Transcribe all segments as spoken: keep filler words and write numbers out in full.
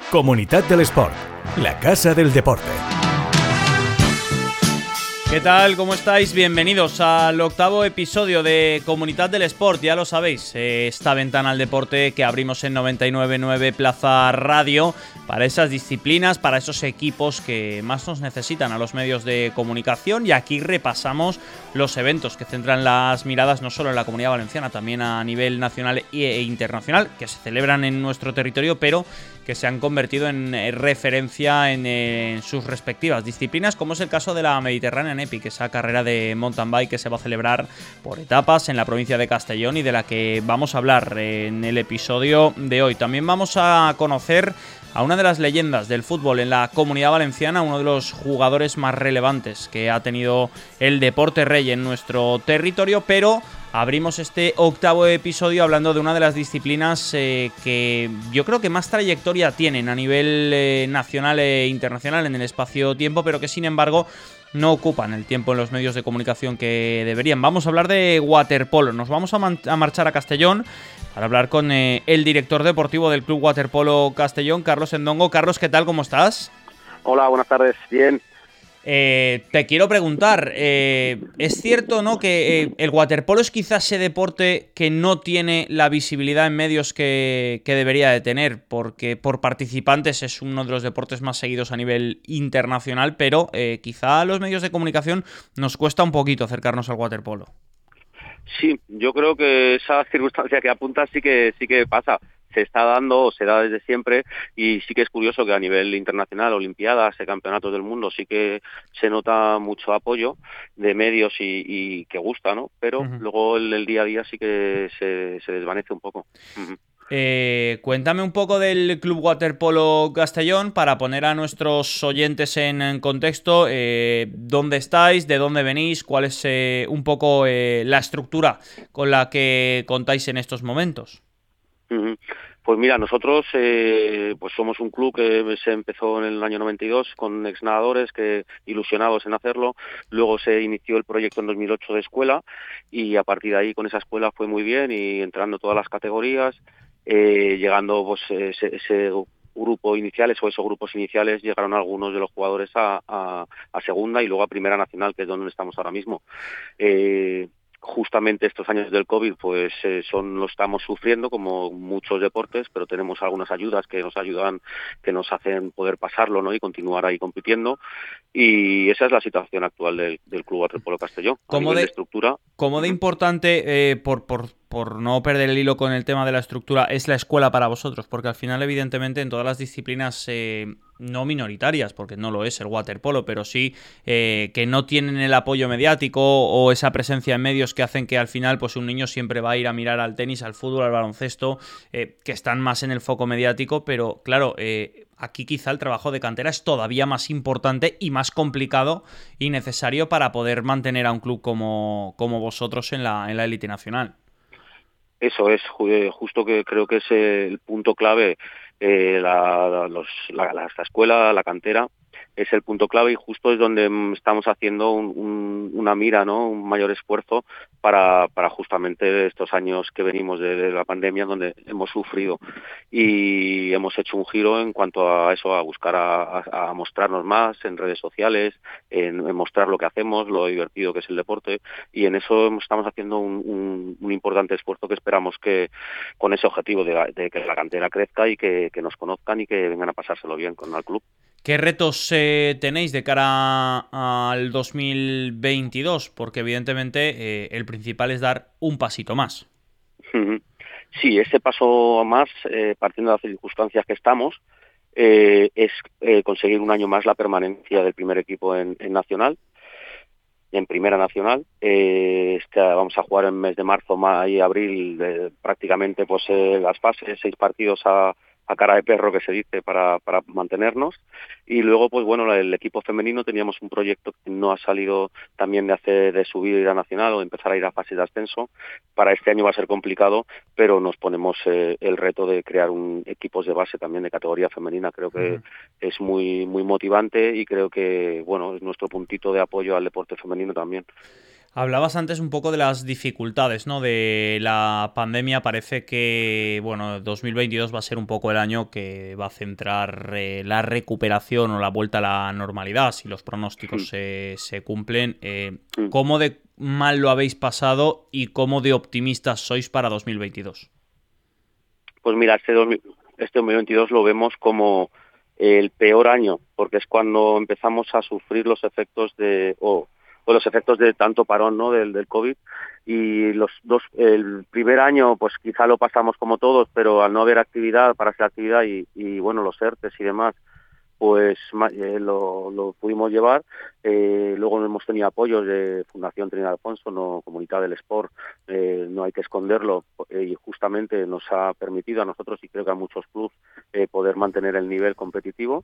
Comunitat de l'Esport, la casa del deporte. ¿Qué tal? ¿Cómo estáis? Bienvenidos al octavo episodio de Comunitat del Sport. Ya lo sabéis, esta ventana al deporte que abrimos en noventa y nueve punto nueve Plaza Radio para esas disciplinas, para esos equipos que más nos necesitan a los medios de comunicación. Y aquí repasamos los eventos que centran las miradas no solo en la Comunidad Valenciana, también a nivel nacional e internacional, que se celebran en nuestro territorio, pero que se han convertido en referencia en, en sus respectivas disciplinas, como es el caso de la Mediterranean Epic, esa carrera de mountain bike que se va a celebrar por etapas en la provincia de Castellón y de la que vamos a hablar en el episodio de hoy. También vamos a conocer a una de las leyendas del fútbol en la Comunidad Valenciana, uno de los jugadores más relevantes que ha tenido el deporte rey en nuestro territorio, pero abrimos este octavo episodio hablando de una de las disciplinas eh, que yo creo que más trayectoria tienen a nivel eh, nacional e internacional en el espacio-tiempo, pero que sin embargo no ocupan el tiempo en los medios de comunicación que deberían. Vamos a hablar de waterpolo. Nos vamos a, man- a marchar a Castellón para hablar con eh, el director deportivo del Club Waterpolo Castellón, Carlos Endongo. Carlos, ¿qué tal? ¿Cómo estás? Hola, buenas tardes. Bien. Eh, te quiero preguntar, eh, ¿es cierto, no, que eh, el waterpolo es quizás ese deporte que no tiene la visibilidad en medios que, que debería de tener? Porque por participantes es uno de los deportes más seguidos a nivel internacional, pero eh, quizá a los medios de comunicación nos cuesta un poquito acercarnos al waterpolo. Sí, yo creo que esa circunstancia que apuntas sí que sí que pasa. Se está dando, o se da desde siempre, y sí que es curioso que a nivel internacional, olimpiadas, campeonatos del mundo, sí que se nota mucho apoyo de medios y, y que gusta, ¿no? Pero uh-huh. luego el, el día a día sí que se, se desvanece un poco. Uh-huh. Eh, cuéntame un poco del Club Waterpolo Castellón para poner a nuestros oyentes en, en contexto. Eh, ¿Dónde estáis? ¿De dónde venís? ¿Cuál es eh, un poco eh, la estructura con la que contáis en estos momentos? Uh-huh. Pues mira, nosotros eh, pues somos un club que se empezó en el año noventa y dos con ex nadadores que ilusionados en hacerlo. Luego se inició el proyecto en dos mil ocho de escuela y a partir de ahí con esa escuela fue muy bien y entrando todas las categorías, eh, llegando pues ese, ese grupo iniciales o esos grupos iniciales llegaron algunos de los jugadores a, a, a segunda y luego a primera nacional, que es donde estamos ahora mismo. Eh, Justamente estos años del COVID pues eh, son lo estamos sufriendo como muchos deportes, pero tenemos algunas ayudas que nos ayudan, que nos hacen poder pasarlo, ¿no? Y continuar ahí compitiendo, y esa es la situación actual del, del Club Waterpolo Castellón a nivel de, de estructura. ¿Cómo de importante, eh, por, por, por no perder el hilo con el tema de la estructura, es la escuela para vosotros? Porque al final, evidentemente, en todas las disciplinas eh, no minoritarias, porque no lo es el waterpolo, pero sí eh, que no tienen el apoyo mediático o esa presencia en medios que hacen que al final pues un niño siempre va a ir a mirar al tenis, al fútbol, al baloncesto, eh, que están más en el foco mediático, pero claro, eh, aquí quizá el trabajo de cantera es todavía más importante y más complicado y necesario para poder mantener a un club como, como vosotros en la, en la élite nacional. Eso es, justo que creo que es el punto clave. Eh, la, los, la, la, la escuela, la cantera, es el punto clave y justo es donde estamos haciendo un, un, una mira, ¿no? Un mayor esfuerzo para, para justamente estos años que venimos de, de la pandemia, donde hemos sufrido y hemos hecho un giro en cuanto a eso, a buscar a, a, a mostrarnos más en redes sociales, en, en mostrar lo que hacemos, lo divertido que es el deporte, y en eso estamos haciendo un, un, un importante esfuerzo que esperamos que con ese objetivo de, la, de que la cantera crezca y que, que nos conozcan y que vengan a pasárselo bien con el club. ¿Qué retos eh, tenéis de cara al dos mil veintidós? Porque evidentemente eh, el principal es dar un pasito más. Sí, ese paso más, eh, partiendo de las circunstancias que estamos, eh, es eh, conseguir un año más la permanencia del primer equipo en, en Nacional, en Primera Nacional. Eh, este, vamos a jugar en mes de marzo, mayo y abril, eh, prácticamente pues eh, las fases, seis partidos a a cara de perro que se dice para, para mantenernos, y luego pues bueno, el equipo femenino teníamos un proyecto que no ha salido también de hacer de subir a Nacional o de empezar a ir a fases de ascenso. Para este año va a ser complicado, pero nos ponemos eh, el reto de crear un equipos de base también de categoría femenina. Creo que uh-huh. es muy muy motivante y creo que bueno, es nuestro puntito de apoyo al deporte femenino también. Hablabas antes un poco de las dificultades, ¿no? De la pandemia. Parece que, bueno, dos mil veintidós va a ser un poco el año que va a centrar eh, la recuperación o la vuelta a la normalidad, si los pronósticos se, se cumplen. Eh, ¿Cómo de mal lo habéis pasado y cómo de optimistas sois para dos mil veintidós? Pues mira, este, dos mil, este dos mil veintidós lo vemos como el peor año, porque es cuando empezamos a sufrir los efectos de... Oh, o los efectos de tanto parón, ¿no? del, del COVID, y los dos, el primer año pues quizá lo pasamos como todos, pero al no haber actividad, para hacer actividad y, y bueno, los ERTES y demás, pues eh, lo, lo pudimos llevar. Eh, luego hemos tenido apoyos de Fundación Trinidad Alfonso, no Comunidad del Sport, eh, no hay que esconderlo, eh, y justamente nos ha permitido a nosotros y creo que a muchos clubes eh, poder mantener el nivel competitivo.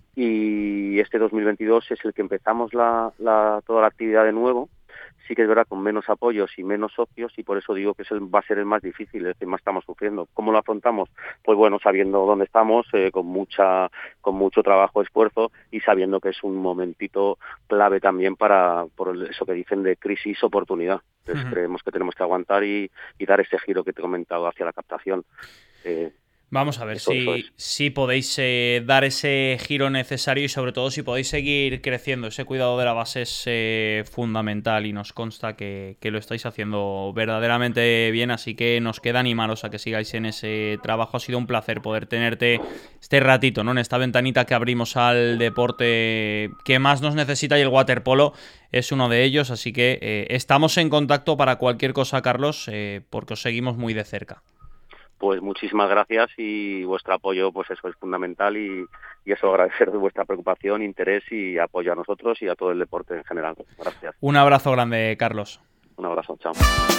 Y este dos mil veintidós es el que empezamos la, la, toda la actividad de nuevo. Sí que es verdad, con menos apoyos y menos socios, y por eso digo que es el, va a ser el más difícil, el que más estamos sufriendo. ¿Cómo lo afrontamos? Pues bueno, sabiendo dónde estamos, eh, con mucha, con mucho trabajo, esfuerzo, y sabiendo que es un momentito clave también para, por eso que dicen de crisis oportunidad. Entonces uh-huh. creemos que tenemos que aguantar y, y dar ese giro que te he comentado hacia la captación. Eh, Vamos a ver eso, si, eso es. si podéis eh, dar ese giro necesario y sobre todo si podéis seguir creciendo. Ese cuidado de la base es eh, fundamental y nos consta que, que lo estáis haciendo verdaderamente bien, así que nos queda animaros a que sigáis en ese trabajo. Ha sido un placer poder tenerte este ratito, ¿no? En esta ventanita que abrimos al deporte que más nos necesita, y el waterpolo es uno de ellos, así que eh, estamos en contacto para cualquier cosa, Carlos, eh, porque os seguimos muy de cerca. Pues muchísimas gracias, y vuestro apoyo pues eso es fundamental, y, y eso agradecer de vuestra preocupación, interés y apoyo a nosotros y a todo el deporte en general. Gracias. Un abrazo grande, Carlos. Un abrazo, chao.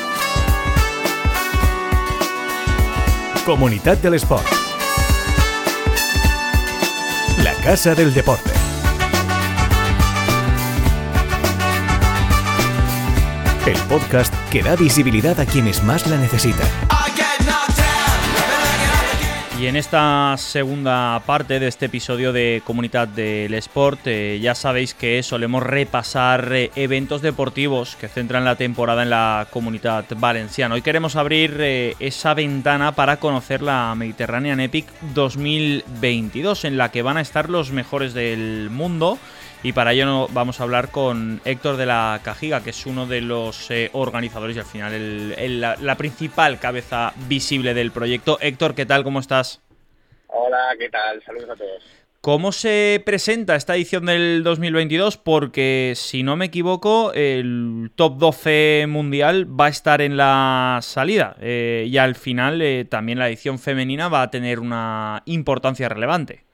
Comunitat del Esport. La casa del deporte. El podcast que da visibilidad a quienes más la necesitan. Y en esta segunda parte de este episodio de Comunitat del Esport, eh, ya sabéis que solemos repasar eh, eventos deportivos que centran la temporada en la Comunitat Valenciana. Hoy queremos abrir eh, esa ventana para conocer la Mediterranean Epic dos mil veintidós, en la que van a estar los mejores del mundo. Y para ello vamos a hablar con Héctor de la Cajiga, que es uno de los eh, organizadores y al final el, el, la, la principal cabeza visible del proyecto. Héctor, ¿qué tal? ¿Cómo estás? Hola, ¿qué tal? Saludos a todos. ¿Cómo se presenta esta edición del dos mil veintidós? Porque, si no me equivoco, el top doce mundial va a estar en la salida. Eh, y al final eh, también la edición femenina va a tener una importancia relevante.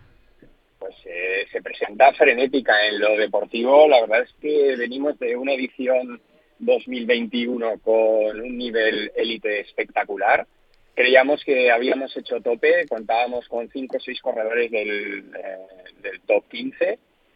Pues eh, se presenta frenética en lo deportivo. La verdad es que venimos de una edición dos mil veintiuno con un nivel élite espectacular. Creíamos que habíamos hecho tope, contábamos con cinco o seis corredores del, eh, del top quince,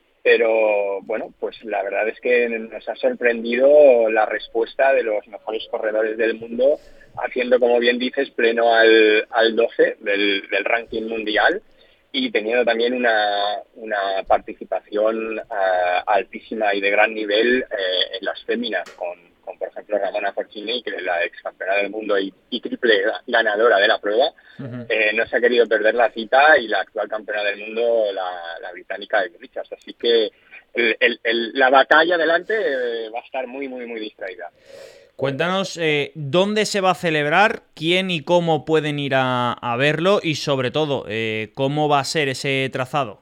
pero bueno, pues la verdad es que nos ha sorprendido la respuesta de los mejores corredores del mundo, haciendo, como bien dices, pleno al, al doce del, del ranking mundial, y teniendo también una, una participación uh, altísima y de gran nivel eh, en las féminas, con, con por ejemplo Ramona Forcini, que es la ex campeona del mundo y, y triple ganadora de la prueba. Uh-huh. eh, no se ha querido perder la cita, y la actual campeona del mundo, la, la británica Ivy Richards. Así que el, el, el, la batalla adelante eh, va a estar muy, muy, muy distraída. Cuéntanos eh, dónde se va a celebrar, quién y cómo pueden ir a, a verlo, y sobre todo, eh, cómo va a ser ese trazado.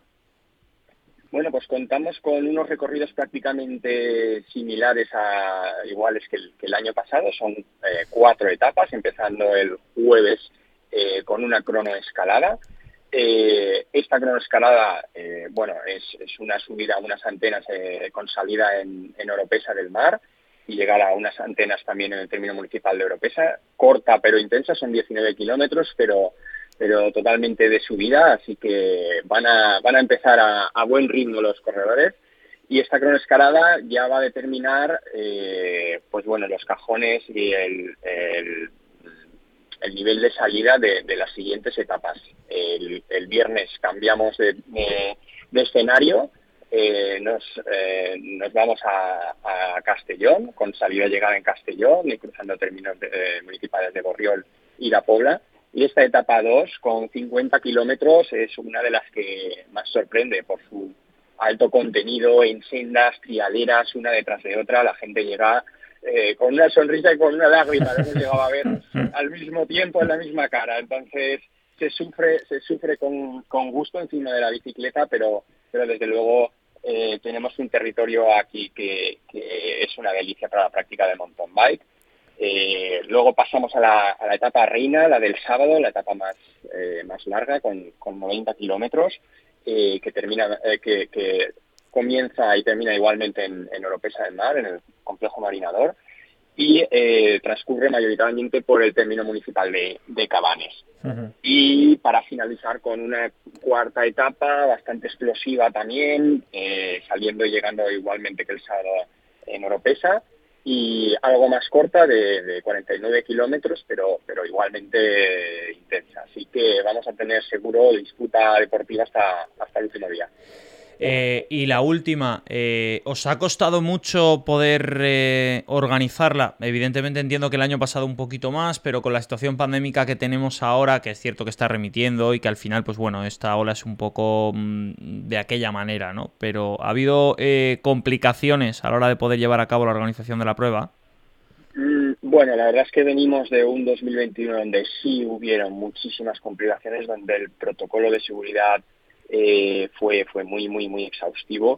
Bueno, pues contamos con unos recorridos prácticamente similares a iguales que el, que el año pasado. Son eh, cuatro etapas, empezando el jueves eh, con una cronoescalada. Eh, esta cronoescalada, eh, bueno, es, es una subida a unas antenas eh, con salida en, en Oropesa del Mar, y llegar a unas antenas también en el término municipal de Oropesa. Corta pero intensa, son diecinueve kilómetros, pero pero totalmente de subida, así que van a van a empezar a, a buen ritmo los corredores, y esta cronoescalada ya va a determinar eh, pues bueno, los cajones y el, el, el nivel de salida de, de las siguientes etapas. El, el viernes cambiamos de, de, de escenario. eh, nos, eh, nos vamos a, a Castellón, con salida y llegada en Castellón y cruzando términos de, eh, municipales de Borriol y La Pobla. Y esta etapa dos, con cincuenta kilómetros, es una de las que más sorprende por su alto contenido en sendas, trialeras, una detrás de otra. La gente llega eh, con una sonrisa y con una lágrima, no hemos llegado a ver al mismo tiempo en la misma cara. Entonces se sufre se sufre con, con gusto encima de la bicicleta, pero, pero desde luego eh, tenemos un territorio aquí que, que es una delicia para la práctica de mountain bike. Eh, luego pasamos a la, a la etapa reina, la del sábado, la etapa más, eh, más larga, con, con noventa kilómetros, eh, que termina, eh, que, que comienza y termina igualmente en, en Oropesa del Mar, en el complejo marinador, y eh, transcurre mayoritariamente por el término municipal de, de Cabanes. Uh-huh. Y para finalizar con una cuarta etapa bastante explosiva también, eh, saliendo y llegando igualmente que el sábado en Oropesa, y algo más corta de, de cuarenta y nueve kilómetros, pero, pero igualmente intensa. Así que vamos a tener seguro disputa deportiva hasta, hasta el último día. Eh, y la última, eh, ¿os ha costado mucho poder eh, organizarla? Evidentemente entiendo que el año pasado un poquito más, pero con la situación pandémica que tenemos ahora, que es cierto que está remitiendo y que al final, pues bueno, esta ola es un poco mmm, de aquella manera, ¿no? Pero ¿ha habido eh, complicaciones a la hora de poder llevar a cabo la organización de la prueba? Mm, bueno, la verdad es que venimos de un dos mil veintiuno donde sí hubieron muchísimas complicaciones, donde el protocolo de seguridad Eh, fue fue muy muy muy exhaustivo,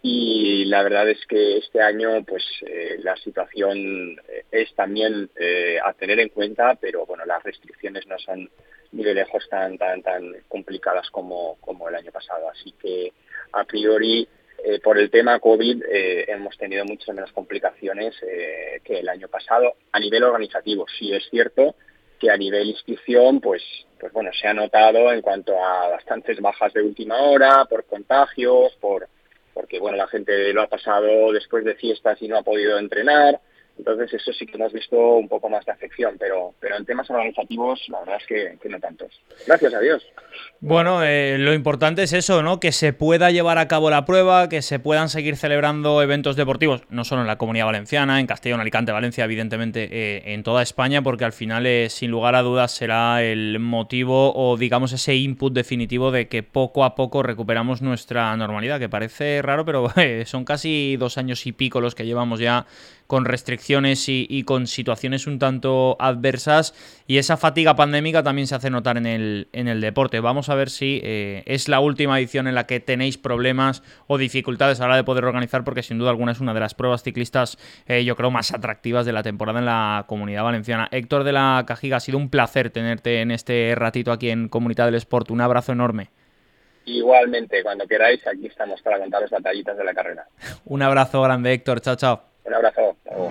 y la verdad es que este año pues eh, la situación es también eh, a tener en cuenta, pero bueno, las restricciones no son ni de lejos tan tan tan complicadas como como el año pasado, así que a priori eh, por el tema COVID eh, hemos tenido muchas menos complicaciones eh, que el año pasado a nivel organizativo. Sí es cierto que a nivel inscripción, pues, pues bueno, se ha notado en cuanto a bastantes bajas de última hora, por contagios, por porque bueno, la gente lo ha pasado después de fiestas y no ha podido entrenar. Entonces eso sí que hemos visto un poco más de afección, pero, pero en temas organizativos la verdad es que, que no tantos. Gracias a Dios. Bueno, eh, lo importante es eso, ¿no? Que se pueda llevar a cabo la prueba, que se puedan seguir celebrando eventos deportivos, no solo en la Comunidad Valenciana, en Castellón, Alicante, Valencia, evidentemente eh, en toda España, porque al final, eh, sin lugar a dudas, será el motivo o digamos ese input definitivo de que poco a poco recuperamos nuestra normalidad, que parece raro, pero eh, son casi dos años y pico los que llevamos ya con restricciones y, y con situaciones un tanto adversas, y esa fatiga pandémica también se hace notar en el, en el deporte. Vamos a ver si eh, es la última edición en la que tenéis problemas o dificultades a la hora de poder organizar, porque sin duda alguna es una de las pruebas ciclistas eh, yo creo más atractivas de la temporada en la Comunidad Valenciana. Héctor de la Cajiga, ha sido un placer tenerte en este ratito aquí en Comunitat del Esport. Un abrazo enorme. Igualmente, cuando queráis, aquí estamos para contaros batallitas de la carrera. Un abrazo grande, Héctor. Chao, chao. Un abrazo. Hasta luego.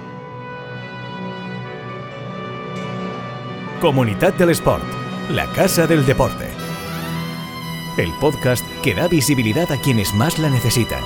Comunitat del Esport, la casa del deporte. El podcast que da visibilidad a quienes más la necesitan.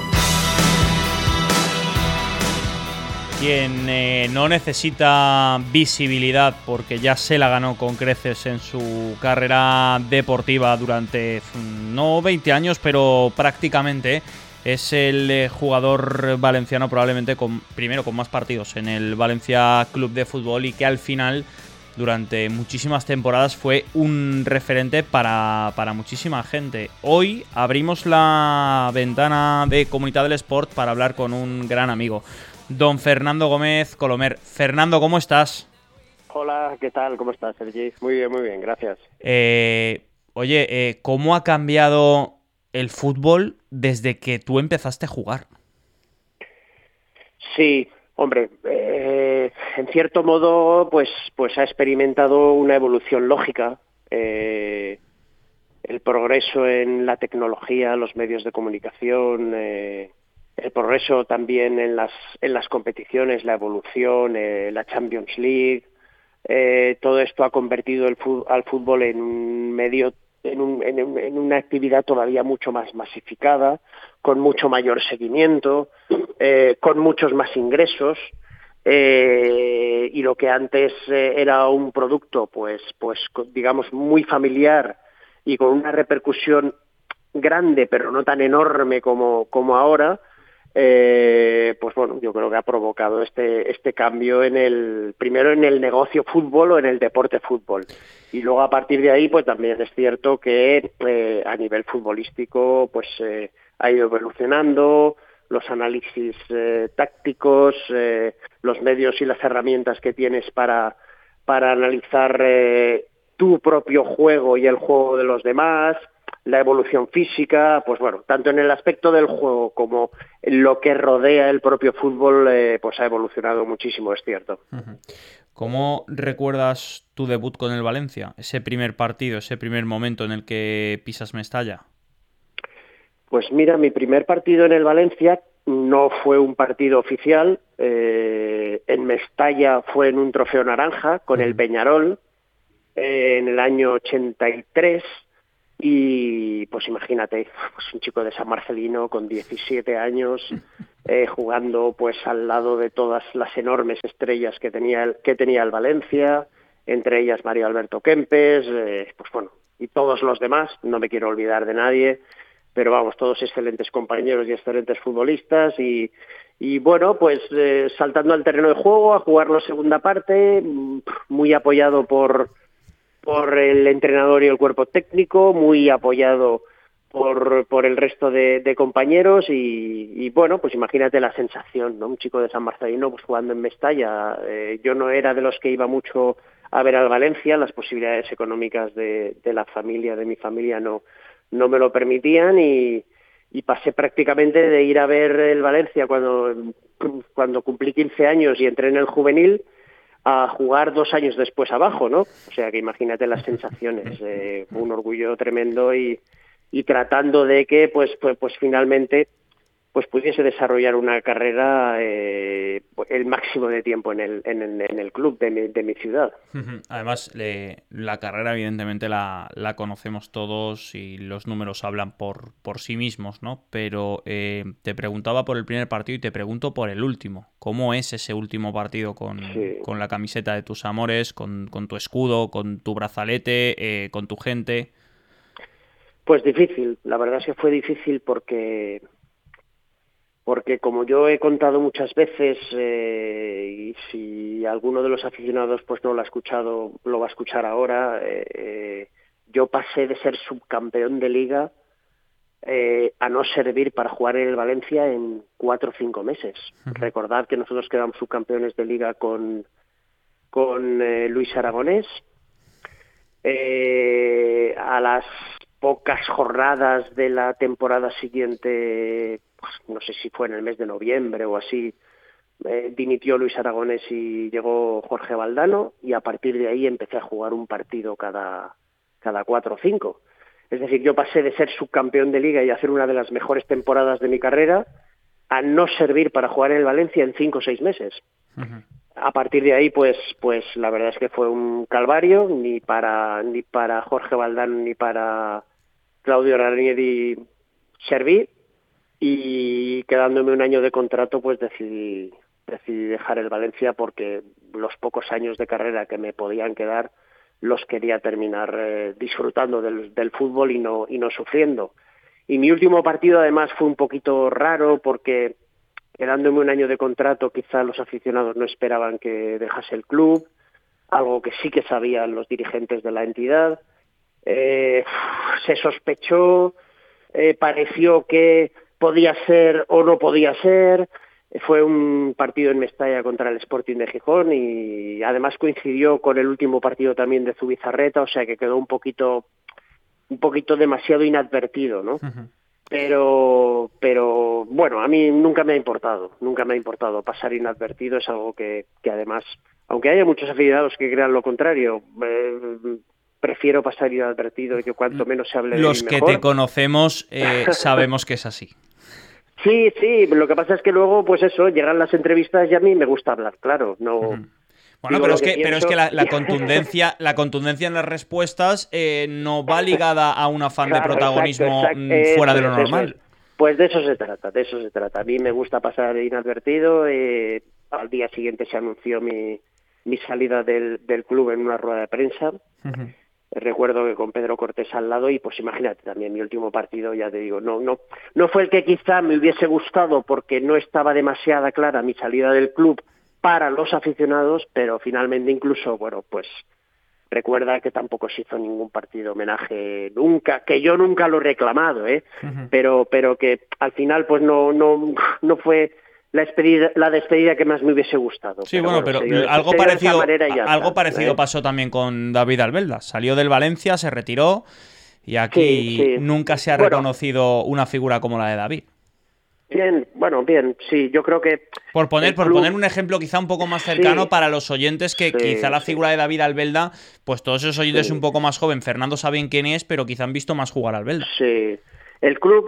Quien eh, no necesita visibilidad porque ya se la ganó con creces en su carrera deportiva durante no veinte años, pero prácticamente es el eh, jugador valenciano probablemente con primero con más partidos en el Valencia Club de Fútbol, y que al final durante muchísimas temporadas fue un referente para, para muchísima gente. Hoy abrimos la ventana de Comunitat del Esport para hablar con un gran amigo, don Fernando Gómez Colomer. Fernando, ¿cómo estás? Hola, ¿qué tal? ¿Cómo estás, Sergi? Muy bien, muy bien, gracias. Eh, oye, eh, ¿cómo ha cambiado el fútbol desde que tú empezaste a jugar? Sí, hombre, eh, en cierto modo, pues, pues ha experimentado una evolución lógica. Eh, el progreso en la tecnología, los medios de comunicación, eh, el progreso también en las en las competiciones, la evolución, eh, la Champions League, eh, todo esto ha convertido el fútbol, al fútbol en un medio En, un, en, en una actividad todavía mucho más masificada, con mucho mayor seguimiento, eh, con muchos más ingresos, eh, y lo que antes eh, era un producto, pues, pues digamos, muy familiar y con una repercusión grande, pero no tan enorme como, como ahora, eh, pues bueno, yo creo que ha provocado este, este cambio en el, primero en el negocio fútbol o en el deporte fútbol. Y luego a partir de ahí, pues también es cierto que eh, a nivel futbolístico, pues eh, ha ido evolucionando, los análisis eh, tácticos, eh, los medios y las herramientas que tienes para, para analizar eh, tu propio juego y el juego de los demás, la evolución física, pues bueno, tanto en el aspecto del juego como en lo que rodea el propio fútbol, eh, pues ha evolucionado muchísimo, es cierto. ¿Cómo recuerdas tu debut con el Valencia? Ese primer partido, ese primer momento en el que pisas Mestalla. Pues mira, mi primer partido en el Valencia no fue un partido oficial. Eh, en Mestalla fue en un trofeo naranja con el Peñarol eh, en el año ochenta y tres. Y pues imagínate, pues un chico de San Marcelino con diecisiete años, eh, jugando pues al lado de todas las enormes estrellas que tenía el, que tenía el Valencia, entre ellas Mario Alberto Kempes, eh, pues bueno, y todos los demás, no me quiero olvidar de nadie, pero vamos, todos excelentes compañeros y excelentes futbolistas y, y bueno, pues eh, saltando al terreno de juego a jugar la segunda parte, muy apoyado por... por el entrenador y el cuerpo técnico, muy apoyado por, por el resto de, de compañeros y, y bueno, pues imagínate la sensación, ¿no? Un chico de San Marcelino pues jugando en Mestalla. Eh, yo no era de los que iba mucho a ver al Valencia, las posibilidades económicas de, de la familia, de mi familia no, no me lo permitían y, y pasé prácticamente de ir a ver el Valencia cuando, cuando cumplí quince años y entré en el juvenil a jugar dos años después abajo, ¿no? O sea que imagínate las sensaciones, eh, un orgullo tremendo y, y tratando de que pues, pues, pues finalmente pues pudiese desarrollar una carrera eh, el máximo de tiempo en el, en, en el club de mi, de mi ciudad. Además, le, la carrera evidentemente la, la conocemos todos y los números hablan por, por sí mismos, ¿no? Pero eh, te preguntaba por el primer partido y te pregunto por el último. ¿Cómo es ese último partido con, sí. con la camiseta de tus amores, con, con tu escudo, con tu brazalete, eh, con tu gente? Pues difícil, la verdad es que fue difícil porque... porque como yo he contado muchas veces, eh, y si alguno de los aficionados pues no lo ha escuchado, lo va a escuchar ahora, eh, yo pasé de ser subcampeón de Liga eh, a no servir para jugar en el Valencia en cuatro o cinco meses. Uh-huh. Recordad que nosotros quedamos subcampeones de Liga con, con eh, Luis Aragonés. Eh, a las pocas jornadas de la temporada siguiente, pues, no sé si fue en el mes de noviembre o así, eh, dimitió Luis Aragonés y llegó Jorge Valdano y a partir de ahí empecé a jugar un partido cada, cada cuatro o cinco. Es decir, yo pasé de ser subcampeón de Liga y hacer una de las mejores temporadas de mi carrera a no servir para jugar en el Valencia en cinco o seis meses. Uh-huh. A partir de ahí, pues, pues la verdad es que fue un calvario, ni para, ni para Jorge Valdano ni para Claudio Ranieri serví, y quedándome un año de contrato, pues decidí, decidí dejar el Valencia porque los pocos años de carrera que me podían quedar los quería terminar eh, disfrutando del, del fútbol y no, y no sufriendo. Y mi último partido además fue un poquito raro porque quedándome un año de contrato quizá los aficionados no esperaban que dejase el club, algo que sí que sabían los dirigentes de la entidad. Eh, se sospechó, eh, pareció que podía ser o no podía ser. Fue un partido en Mestalla contra el Sporting de Gijón y además coincidió con el último partido también de Zubizarreta, o sea que quedó un poquito un poquito demasiado inadvertido, ¿no? Uh-huh. Pero pero bueno, a mí nunca me ha importado, nunca me ha importado pasar inadvertido, es algo que, que además, aunque haya muchos aficionados que crean lo contrario, eh, prefiero pasar inadvertido y que cuanto menos se hable de mí mejor. Los que te conocemos eh, sabemos que es así. Sí, sí, lo que pasa es que luego, pues eso, llegan las entrevistas y a mí me gusta hablar, claro, no... Uh-huh. Bueno, pero es, que, que pero es que la, la contundencia la contundencia en las respuestas eh, no va ligada a un afán claro, de protagonismo exacto, exacto. fuera de lo normal. Pues de eso se trata, de eso se trata. A mí me gusta pasar inadvertido. Eh, al día siguiente se anunció mi, mi salida del, del club en una rueda de prensa. Uh-huh. recuerdo que con Pedro Cortés al lado, y pues imagínate también mi último partido, ya te digo, no, no, no fue el que quizá me hubiese gustado porque no estaba demasiada clara mi salida del club para los aficionados, pero finalmente incluso, bueno, pues recuerda que tampoco se hizo ningún partido homenaje nunca, que yo nunca lo he reclamado, ¿eh? Uh-huh. pero, pero que al final pues no, no, no fue la despedida, la despedida que más me hubiese gustado. Sí, pero bueno, bueno, pero dio, algo parecido, algo está, parecido ¿eh? pasó también con David Albelda. Salió del Valencia, se retiró y aquí sí, sí. nunca se ha bueno, reconocido una figura como la de David. Bien, bueno, bien, sí, yo creo que... Por poner, por club... poner un ejemplo quizá un poco más cercano sí, para los oyentes, que sí, quizá la figura sí. de David Albelda, pues todos esos oyentes sí. un poco más joven, Fernando saben quién es, pero quizá han visto más jugar a Albelda. Sí, el club...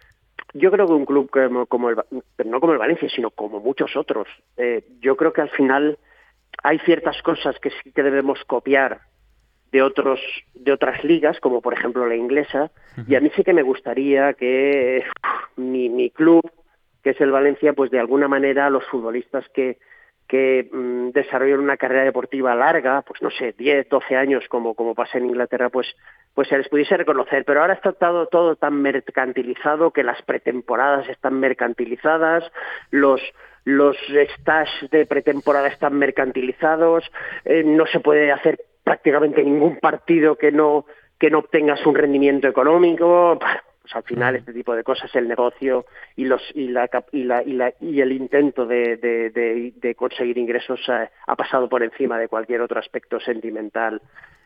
Yo creo que un club como, como el, no como el Valencia, sino como muchos otros, eh, yo creo que al final hay ciertas cosas que sí que debemos copiar de otros de otras ligas, como por ejemplo la inglesa, uh-huh. y a mí sí que me gustaría que uf, mi, mi club, que es el Valencia, pues de alguna manera los futbolistas que que mmm, desarrollan una carrera deportiva larga, pues no sé, diez, doce años, como, como pasa en Inglaterra, pues pues se les pudiese reconocer. Pero ahora está todo, todo tan mercantilizado que las pretemporadas están mercantilizadas, los los stages de pretemporada están mercantilizados, eh, no se puede hacer prácticamente ningún partido que no que no obtengas un rendimiento económico. Pues al final este tipo de cosas, el negocio y los y la y la y, la, y el intento de, de, de, de conseguir ingresos ha, ha pasado por encima de cualquier otro aspecto sentimental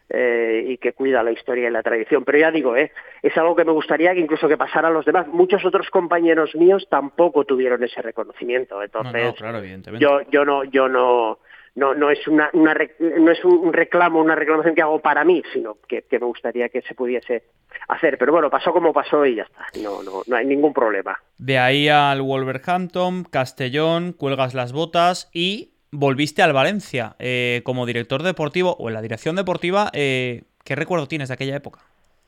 eh, y que cuida la historia y la tradición. Pero ya digo, eh, es algo que me gustaría que incluso que pasara a los demás. Muchos otros compañeros míos tampoco tuvieron ese reconocimiento. Entonces, no, no, claro, evidentemente. yo yo no yo no No, no es una, una no es un reclamo, una reclamación que hago para mí, sino que, que me gustaría que se pudiese hacer. Pero bueno, pasó como pasó y ya está. No, no, no hay ningún problema. De ahí al Wolverhampton, Castellón, cuelgas las botas y volviste al Valencia eh, como director deportivo o en la dirección deportiva. Eh, ¿Qué recuerdo tienes de aquella época?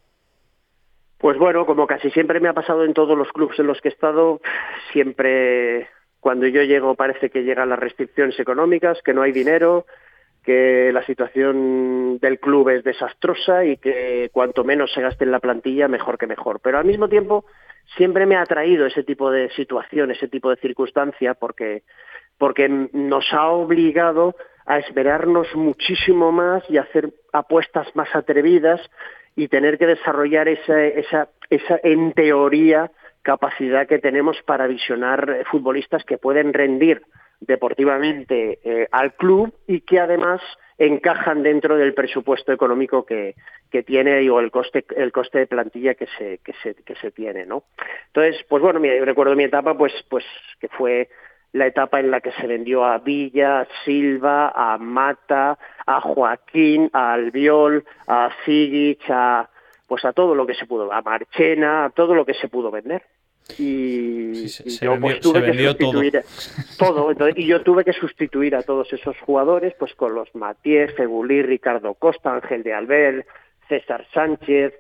Pues bueno, como casi siempre me ha pasado en todos los clubes en los que he estado, siempre... Cuando yo llego parece que llegan las restricciones económicas, que no hay dinero, que la situación del club es desastrosa y que cuanto menos se gaste en la plantilla, mejor que mejor. Pero al mismo tiempo siempre me ha atraído ese tipo de situación, ese tipo de circunstancia, porque, porque nos ha obligado a esperarnos muchísimo más y a hacer apuestas más atrevidas y tener que desarrollar esa, esa, esa en teoría, capacidad que tenemos para visionar futbolistas que pueden rendir deportivamente eh, al club y que además encajan dentro del presupuesto económico que, que tiene o el coste el coste de plantilla que se que se que se tiene, ¿no? Entonces, pues bueno, mi, recuerdo mi etapa pues pues que fue la etapa en la que se vendió a Villa, a Silva, a Mata, a Joaquín, a Albiol, a Zigic, a pues a todo lo que se pudo, a Marchena, a todo lo que se pudo vender. Y, sí, se, y se yo vendió, pues tuve se que sustituir todo, todo entonces, y yo tuve que sustituir a todos esos jugadores pues con los Matiés, Fegulí, Ricardo Costa, Ángel de Albert, César Sánchez,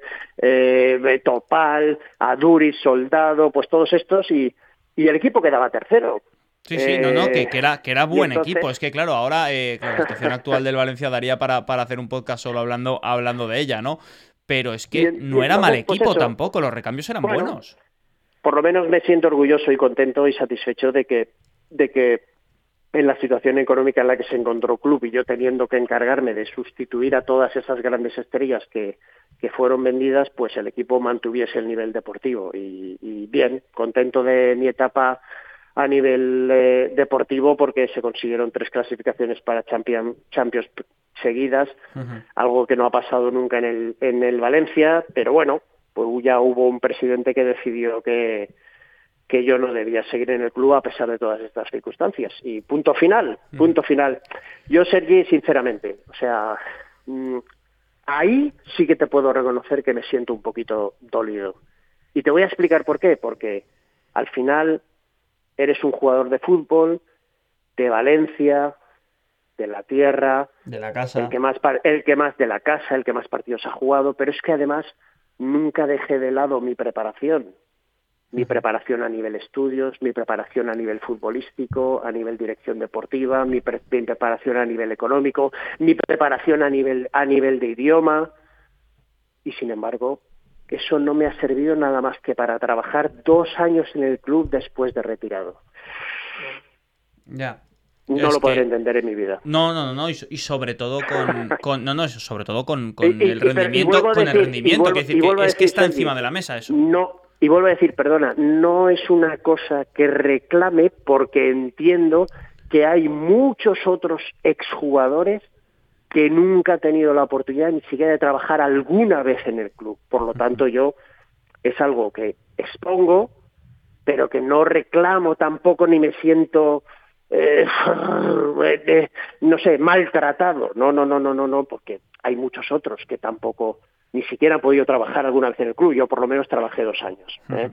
eh, Topal, Aduriz, Soldado, pues todos estos y, y el equipo quedaba tercero. Sí, sí, eh, no, no, que, que era, que era buen entonces... equipo. Es que, claro, ahora eh, la situación actual del Valencia daría para, para hacer un podcast solo hablando, hablando de ella, ¿no? Pero es que y, no y era luego, mal equipo pues tampoco, los recambios eran bueno, buenos. Por lo menos me siento orgulloso y contento y satisfecho de que, de que en la situación económica en la que se encontró el club y yo teniendo que encargarme de sustituir a todas esas grandes estrellas que, que fueron vendidas, pues el equipo mantuviese el nivel deportivo. Y, y bien, contento de mi etapa a nivel eh, deportivo porque se consiguieron tres clasificaciones para Champions, Champions seguidas, uh-huh. algo que no ha pasado nunca en el, en el Valencia, pero bueno, pues ya hubo un presidente que decidió que, que yo no debía seguir en el club a pesar de todas estas circunstancias. Y punto final, punto final. Yo, Sergi, sinceramente, o sea, mmm, ahí sí que te puedo reconocer que me siento un poquito dolido. Y te voy a explicar por qué. Porque al final eres un jugador de fútbol, de Valencia, de la tierra, de la casa, el que más, el que más de la casa, el que más partidos ha jugado, pero es que además nunca dejé de lado mi preparación, mi preparación a nivel estudios, mi preparación a nivel futbolístico, a nivel dirección deportiva, mi, pre- mi preparación a nivel económico, mi preparación a nivel a nivel de idioma. y sin embargo eso no me ha servido nada más que para trabajar dos años en el club después de retirado. Ya. No es lo podré que... entender en mi vida. No, no, no, y, y sobre todo con, con no, no, sobre todo con, con y, y, el rendimiento, con decir, el rendimiento, vuelvo, que, decir, que es que está Sergi, encima de la mesa eso. No, y vuelvo a decir, perdona, no es una cosa que reclame, porque entiendo que hay muchos otros exjugadores que nunca han tenido la oportunidad ni siquiera de trabajar alguna vez en el club. Por lo tanto, yo es algo que expongo, pero que no reclamo tampoco ni me siento, eh, eh, no sé, maltratado. No, no, no, no, no, no, porque hay muchos otros que tampoco ni siquiera han podido trabajar alguna vez en el club. Yo por lo menos trabajé dos años. ¿eh?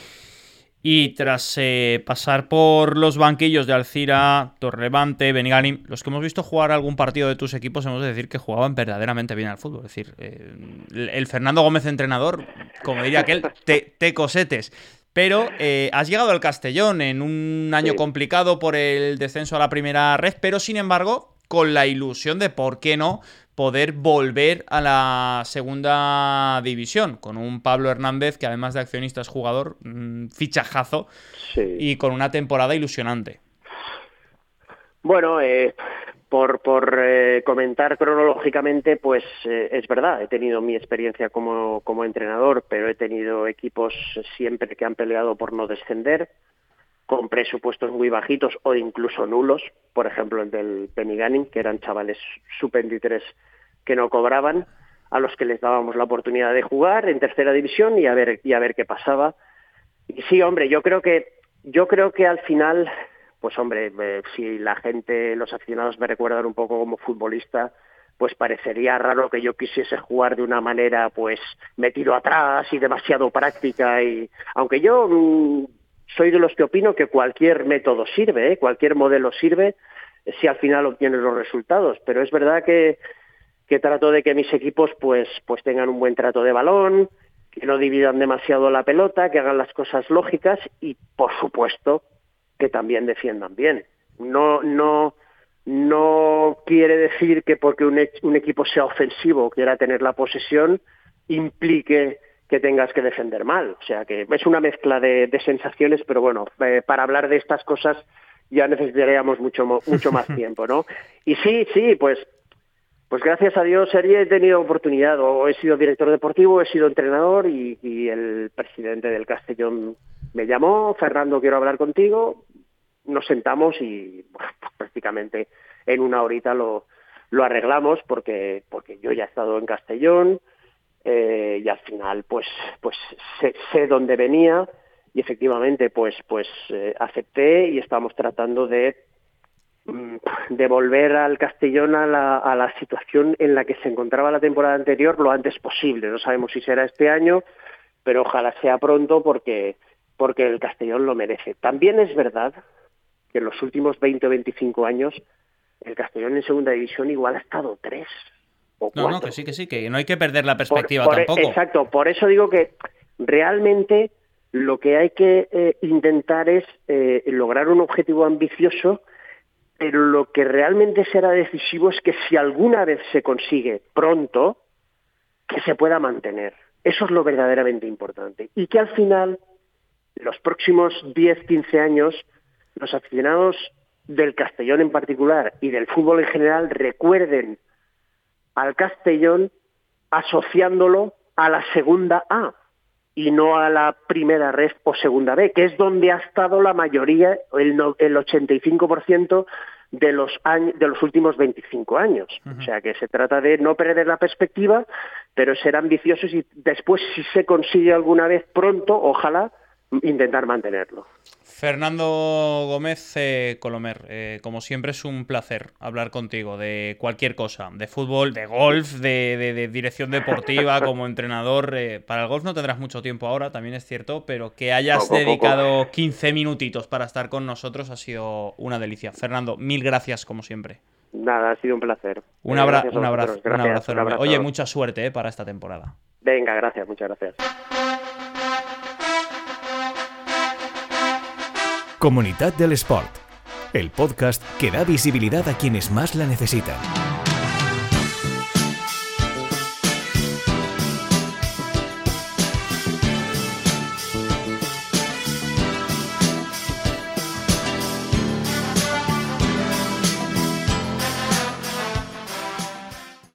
Y tras eh, pasar por los banquillos de Alzira, Torrelevante, Benigànim, los que hemos visto jugar algún partido de tus equipos, hemos de decir que jugaban verdaderamente bien al fútbol. Es decir, eh, el Fernando Gómez entrenador, como diría aquel, te, te cosetes. Pero eh, has llegado al Castellón en un año sí. complicado por el descenso a la primera red, pero sin embargo, con la ilusión de, ¿por qué no?, poder volver a la segunda división, con un Pablo Hernández que además de accionista es jugador, mmm, fichajazo, sí. y con una temporada ilusionante. Bueno, eh, por, por eh, comentar cronológicamente, pues eh, es verdad, he tenido mi experiencia como, como entrenador, pero he tenido equipos siempre que han peleado por no descender, con presupuestos muy bajitos o incluso nulos, por ejemplo el del Benigànim, que eran chavales sub veintitrés que no cobraban, a los que les dábamos la oportunidad de jugar en tercera división y a ver y a ver qué pasaba. Y sí, hombre, yo creo que yo creo que al final, pues hombre, eh, si la gente, los aficionados me recuerdan un poco como futbolista, pues parecería raro que yo quisiese jugar de una manera, pues metido atrás y demasiado práctica, y aunque yo mmm, soy de los que opino que cualquier método sirve, ¿eh? cualquier modelo sirve si al final obtienes los resultados, pero es verdad que, que trato de que mis equipos pues, pues tengan un buen trato de balón, que no dividan demasiado la pelota, que hagan las cosas lógicas y, por supuesto, que también defiendan bien. No, no, no quiere decir que porque un, e- un equipo sea ofensivo, quiera tener la posesión, implique que tengas que defender mal. O sea, que es una mezcla de, de sensaciones, pero bueno, eh, para hablar de estas cosas ya necesitaríamos mucho mucho más tiempo, ¿no? Y sí, sí, pues pues gracias a Dios, Sergi, he tenido oportunidad, o he sido director deportivo, he sido entrenador, y, y el presidente del Castellón me llamó: Fernando, quiero hablar contigo. Nos sentamos y bueno, pues prácticamente en una horita lo, lo arreglamos, porque, porque yo ya he estado en Castellón, Eh, y al final pues pues sé, sé dónde venía, y efectivamente pues pues eh, acepté, y estamos tratando de de volver al Castellón a la, a la situación en la que se encontraba la temporada anterior lo antes posible. No sabemos si será este año, pero ojalá sea pronto, porque porque el Castellón lo merece. También es verdad que en los últimos veinte o veinticinco años el Castellón en segunda división igual ha estado tres o No, no, que sí, que sí, que no hay que perder la perspectiva por, por, tampoco. Exacto, por eso digo que realmente lo que hay que eh, intentar es eh, lograr un objetivo ambicioso, pero lo que realmente será decisivo es que si alguna vez se consigue pronto, que se pueda mantener. Eso es lo verdaderamente importante. Y que al final, los próximos diez, quince años, los aficionados del Castellón en particular y del fútbol en general recuerden al Castellón asociándolo a la segunda A y no a la primera red o segunda B, que es donde ha estado la mayoría, el, no, el ochenta y cinco por ciento de los años, de los últimos veinticinco años. Uh-huh. O sea que se trata de no perder la perspectiva, pero ser ambiciosos, y después, si se consigue alguna vez pronto, ojalá, intentar mantenerlo. Fernando Gómez eh, Colomer, eh, como siempre es un placer hablar contigo de cualquier cosa, de fútbol, de golf, de, de, de dirección deportiva, como entrenador. Eh, para el golf no tendrás mucho tiempo ahora, también es cierto, pero que hayas poco, dedicado poco. quince minutitos para estar con nosotros ha sido una delicia. Fernando, mil gracias como siempre. Nada, ha sido un placer. Un, abra- un abrazo, gracias, un abrazo. Un abrazo. Oye, mucha suerte eh, para esta temporada. Venga, gracias, muchas gracias. Comunitat de l'Esport, el podcast que da visibilidad a quienes más la necesitan.